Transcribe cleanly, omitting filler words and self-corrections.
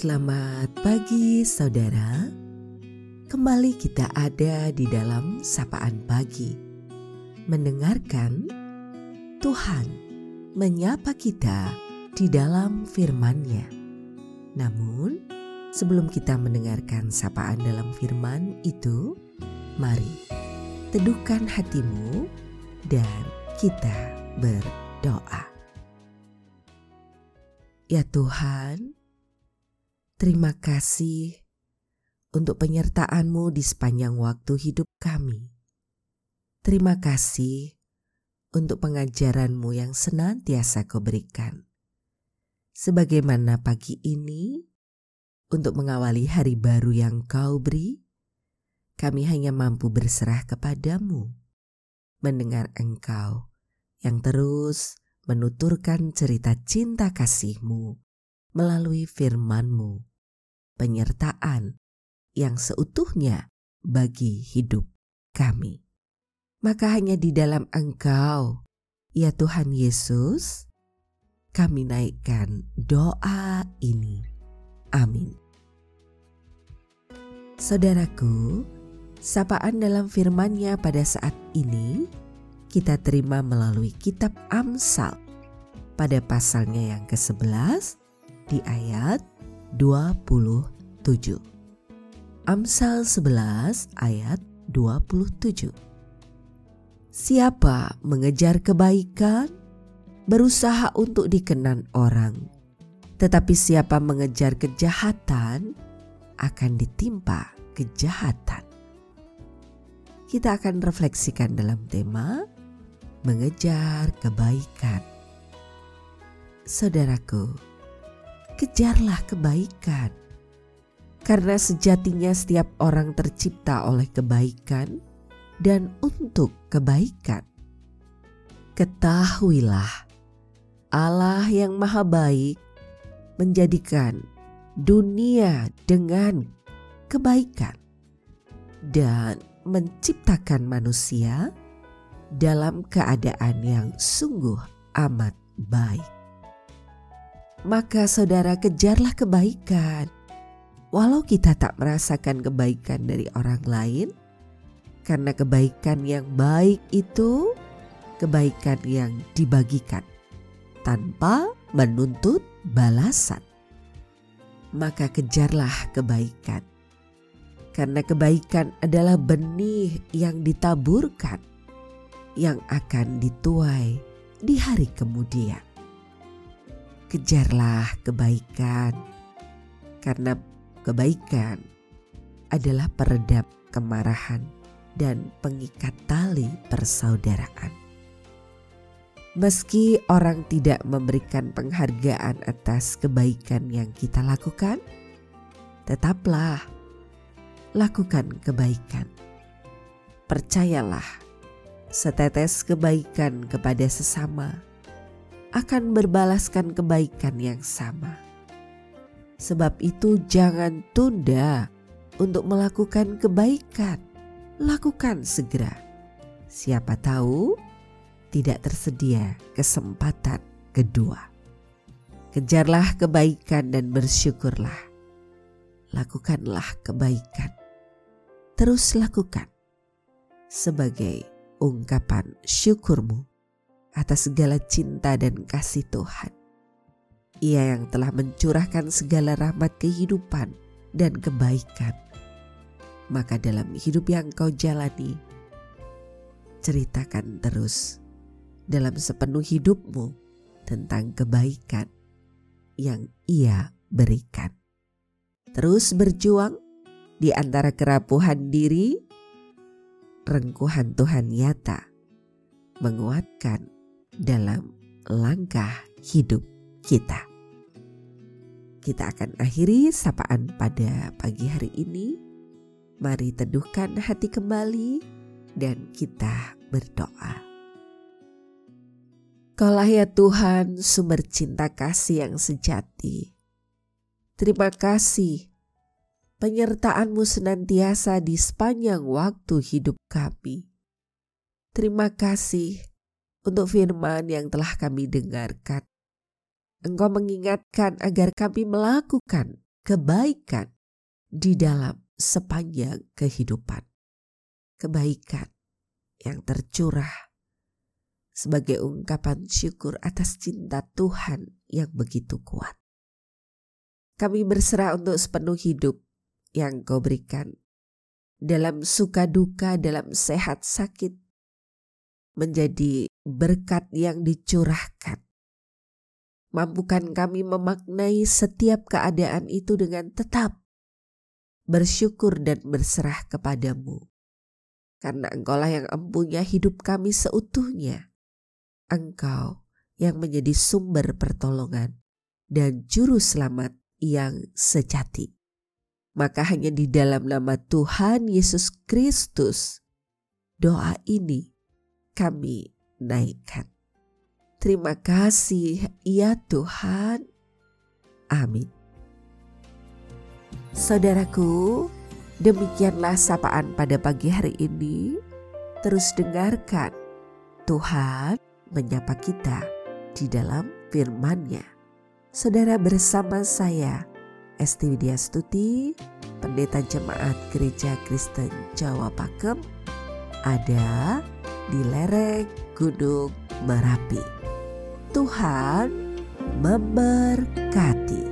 Selamat pagi saudara. Kembali kita ada di dalam sapaan pagi, mendengarkan Tuhan menyapa kita di dalam firman-Nya. Namun sebelum kita mendengarkan sapaan dalam firman itu, mari teduhkan hatimu dan kita berdoa. Ya Tuhan, terima kasih untuk penyertaan-Mu di sepanjang waktu hidup kami. Terima kasih untuk pengajaran-Mu yang senantiasa Kau berikan. Sebagaimana pagi ini, untuk mengawali hari baru yang Kau beri, kami hanya mampu berserah kepadamu, mendengar Engkau yang terus menuturkan cerita cinta kasih-Mu melalui firman-Mu, penyertaan yang seutuhnya bagi hidup kami. Maka hanya di dalam Engkau, ya Tuhan Yesus, kami naikkan doa ini. Amin. Saudaraku, sapaan dalam firman-Nya pada saat ini kita terima melalui kitab Amsal pada pasalnya yang ke-11 di ayat 27. Amsal 11 ayat 27. Siapa mengejar kebaikan, berusaha untuk dikenan orang, tetapi siapa mengejar kejahatan, akan ditimpa kejahatan. Kita akan refleksikan dalam tema mengejar kebaikan. Saudaraku, kejarlah kebaikan, karena sejatinya setiap orang tercipta oleh kebaikan dan untuk kebaikan. Ketahuilah, Allah yang Maha Baik menjadikan dunia dengan kebaikan dan menciptakan manusia dalam keadaan yang sungguh amat baik. Maka saudara, kejarlah kebaikan. Walau kita tak merasakan kebaikan dari orang lain, karena kebaikan yang baik itu kebaikan yang dibagikan tanpa menuntut balasan. Maka kejarlah kebaikan, karena kebaikan adalah benih yang ditaburkan, yang akan dituai di hari kemudian. Kejarlah kebaikan, karena kebaikan adalah peredam kemarahan dan pengikat tali persaudaraan. Meski orang tidak memberikan penghargaan atas kebaikan yang kita lakukan, tetaplah lakukan kebaikan. Percayalah, setetes kebaikan kepada sesama akan berbalaskan kebaikan yang sama. Sebab itu jangan tunda untuk melakukan kebaikan. Lakukan segera. Siapa tahu tidak tersedia kesempatan kedua. Kejarlah kebaikan dan bersyukurlah. Lakukanlah kebaikan. Terus lakukan sebagai ungkapan syukurmu atas segala cinta dan kasih Tuhan. Ia yang telah mencurahkan segala rahmat kehidupan dan kebaikan. Maka dalam hidup yang kau jalani, ceritakan terus dalam sepenuh hidupmu tentang kebaikan yang Ia berikan. Terus berjuang di antara kerapuhan diri, rengkuhan Tuhan nyata menguatkan dalam langkah hidup kita. Kita akan akhiri sapaan pada pagi hari ini. Mari teduhkan hati kembali dan kita berdoa. Kaulah ya Tuhan, sumber cinta kasih yang sejati. Terima kasih penyertaan-Mu senantiasa di sepanjang waktu hidup kami. Terima kasih untuk firman yang telah kami dengarkan. Engkau mengingatkan agar kami melakukan kebaikan di dalam sepanjang kehidupan. Kebaikan yang tercurah sebagai ungkapan syukur atas cinta Tuhan yang begitu kuat. Kami berserah untuk sepenuh hidup yang Kau berikan, dalam suka duka, dalam sehat sakit, menjadi berkat yang dicurahkan. Mampukan kami memaknai setiap keadaan itu dengan tetap bersyukur dan berserah kepadamu. Karena Engkaulah yang empunya hidup kami seutuhnya. Engkau yang menjadi sumber pertolongan dan juru selamat yang sejati. Maka hanya di dalam nama Tuhan Yesus Kristus, doa ini kami naikkan. Terima kasih ya Tuhan. Amin. Saudaraku, demikianlah sapaan pada pagi hari ini. Terus dengarkan Tuhan menyapa kita di dalam firman-Nya. Saudara, bersama saya Esti Widyastuti, Pendeta Jemaat Gereja Kristen Jawa Pakem, ada di lereng Gunung Merapi. Tuhan memberkati.